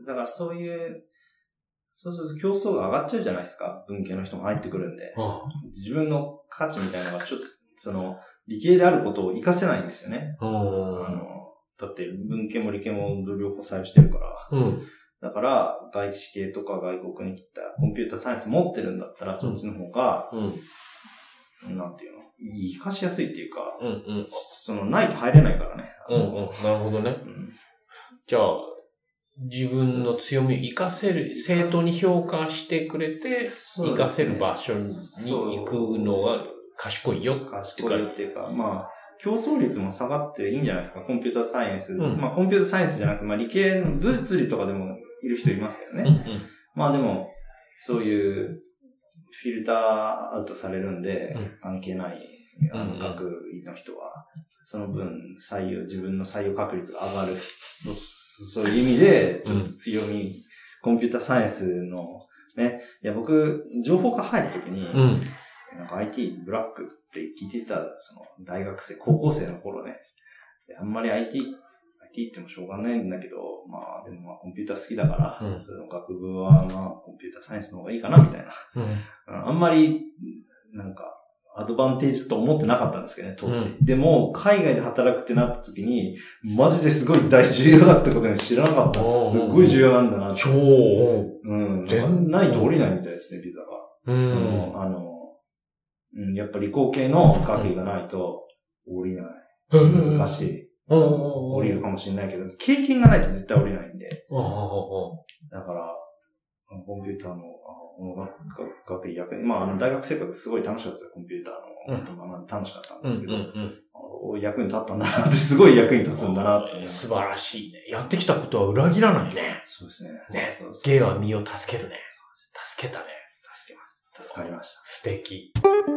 だからそういう、そうすると競争が上がっちゃうじゃないですか。文系の人も入ってくるんで。ああ、自分の価値みたいなのがちょっと、その、理系であることを活かせないんですよね。あの、だって文系も理系も両方採用してるから。うん。だから、外資系とか外国に来たコンピューターサイエンス持ってるんだったら、そっちの方が、うん、なんていうの、活かしやすいっていうか、うんうん、その、ないと入れないからね。 うんうん、なるほどね。うん、じゃあ、自分の強みを活かせる、正当に評価してくれて、活かせる場所に行くのが賢いよ。 賢いよっていうか、まあ、競争率も下がっていいんじゃないですか、コンピューターサイエンス。うん、まあ、コンピューターサイエンスじゃなくて、まあ、理系、物理とかでもいる人いますけどね。うんうん、まあでも、そういうフィルターアウトされるんで、うん、関係ない、あの、学位の人は、その分、採用、自分の採用確率が上がる。そういう意味で、ちょっと強み、うん、コンピューターサイエンスの、ね、いや、僕、情報科入るときに、うん、なんか アイティー ブラックって聞いてた、その、大学生、高校生の頃ね、あんまり アイティー、アイティー ってもしょうがないんだけど、まあ、でもまあ、コンピューター好きだから、うん、その学部はまあ、コンピューターサイエンスの方がいいかな、みたいな。うん、あんまり、なんか、アドバンテージと思ってなかったんですけどね、当時。うん、でも、海外で働くってなった時に、マジですごい大重要だってことに知らなかった。すごい重要なんだなって。 超。 うん。ないと降りないみたいですね、ビザが。うん、その、あの、うん、やっぱり理工系の学位がないと降りない。難しい。降りるかもしれないけど、経験がないと絶対降りないんで。だから、コンピューターの、学位役に、まあ、あの、大学生活すごい楽しかったですよ、コンピューターの。うん、まあ、楽しかったんですけど、うんうんうん、役に立ったんだなって、すごい役に立つんだなって。 素晴らしいね。やってきたことは裏切らないね。 そうですね。 ね。芸は身を助けるね。助けたね。 助けました。助かりました。 素敵。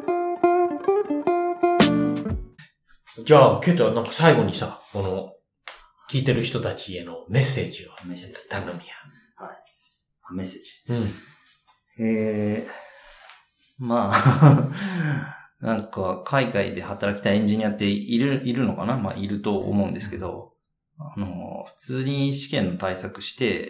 じゃあ、ケイトはなんか最後にさ、この、聞いてる人たちへのメッセージを。 メッセージ。 頼みや。 はい。メッセージ。うん。えー、まあ、なんか、海外で働きたいエンジニアっている、いるのかな？まあ、いると思うんですけど、あの、普通に試験の対策して、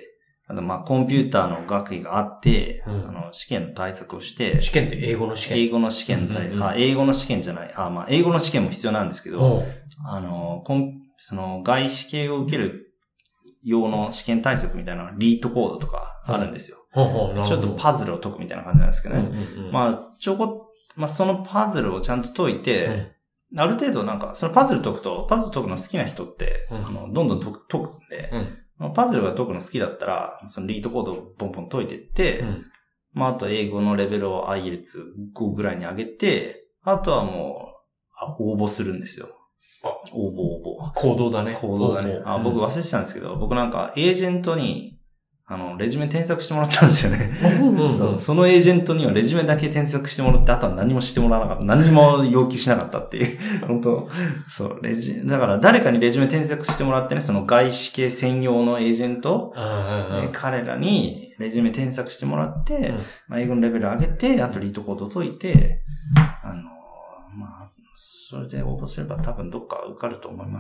あとまあ、コンピューターの学位があって、うん、あの、試験の対策をして、 試験って英語の試験？ 英語の試験の対策、うんうん、あ、英語の試験じゃない。あ、まあ、英語の試験も必要なんですけど、あの、コン、その、外資系を受ける用の試験対策みたいなリートコードとかあるんですよ。ちょっとパズルを解くみたいな感じなんですけどね。うんうんうん、まあ、ちょこ、まあ、そのパズルをちゃんと解いて、うん、ある程度なんか、そのパズル解くと、パズル解くの好きな人って、うん、あのどんどん解く、解くんで、うん、パズルが解くの好きだったら、そのリートコードをポンポン解いていって、うん、まあ、あと英語のレベルを アイエルツーご ぐらいに上げて、あとはもう、あ応募するんですよ。応募応募。 行動だね。 行動だね。あ、僕忘れてたんですけど、僕なんかエージェントに、あの、レジュメ添削してもらったんですよね。そう。そのエージェントにはレジュメだけ添削してもらって、あとは何もしてもらわなかった。何も要求しなかったっていう。本当そう、レジ、だから誰かにレジュメ添削してもらってね、その外資系専用のエージェント、ね、彼らにレジュメ添削してもらって、うん、まあ、英語のレベル上げて、あとリートコードを解いて、あの、まあ、それで応募すれば多分どっか受かると思います。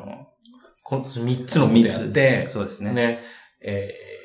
うんうんうん、まあ、あのこのみっつのことやって、 そうですね。 ね、え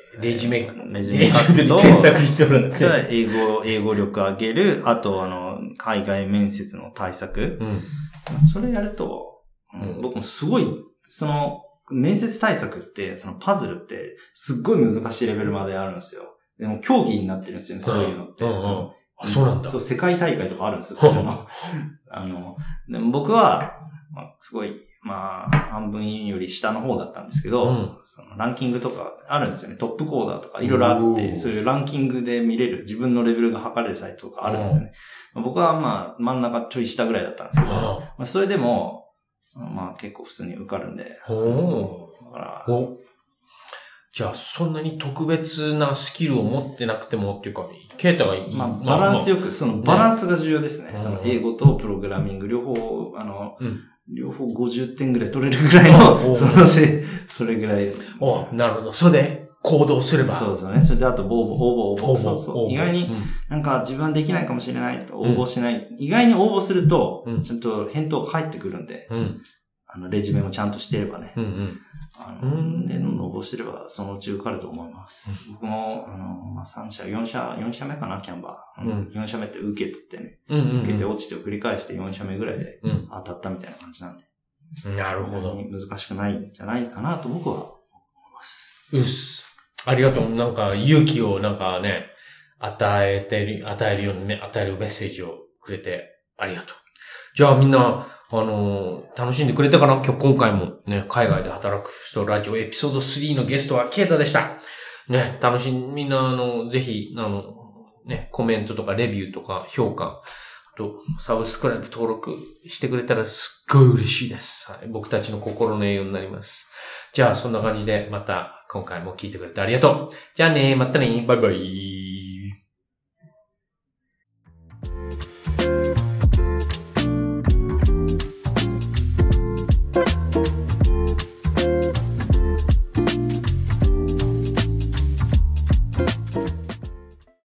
レジュメ、 レジュメ書くと、 添削してるんだって。 英語、英語力上げる。あと、あの、海外面接の対策。うん、それやると、うん、僕もすごい、その、面接対策って、そのパズルって、すっごい難しいレベルまであるんですよ。でも、競技になってるんですよね、そういうのって。うんうん、そのあ、そうなんだ。 そう、世界大会とかあるんですよ、そういうの。あの、でも僕は、まあ、すごい、まあ、半分より下の方だったんですけど、うん、そのランキングとかあるんですよね。トップコーダーとかいろいろあって、そういうランキングで見れる、自分のレベルが測れるサイトとかあるんですよね。まあ、僕はまあ、真ん中ちょい下ぐらいだったんですけど、まあ、それでも、まあ結構普通に受かるんで。 おだからじゃあ、そんなに特別なスキルを持ってなくてもっていうか、ケイタがいい。 まあ、バランスよく、そのバランスが重要ですね。ねその英語とプログラミング、両方、あの、うん、両方ごじゅってんぐらい取れるぐらいの、そのせ、それぐらい。 おなるほど。それで行動すれば。 そうですね。それであと、応募、応募、応募。そうそう。意外に、なんか自分はできないかもしれないと応募しない。うん、意外に応募すると、ちゃんと返答が返ってくるんで、うん、あの、レジュメもちゃんとしてればね。うんうんあの、で、応募してれば、そのうち受かると思います。うん、僕も、あの、まあ、さん社、よん社、よん社目かな、キャンバー。うん、よん社目って受けてってね、うんうんうん。受けて落ちてを繰り返してよん社目ぐらいで当たったみたいな感じなんで。 うん、なるほど。 難しくないんじゃないかなと僕は思います。 うっす。ありがとう。なんか、勇気をなんかね、与えてる、与えるようにね、与えるメッセージをくれてありがとう。じゃあみんな、あのー、楽しんでくれたかな今日、今回もね、海外で働く人ラジオエピソードスリーのゲストはケイタでした。ね、楽しみ、みんなあの、ぜひ、あの、ね、コメントとかレビューとか評価、あと、サブスクライブ登録してくれたらすっごい嬉しいです。はい、僕たちの心の栄養になります。じゃあ、そんな感じでまた今回も聞いてくれてありがとう。じゃあね、またね、バイバイ。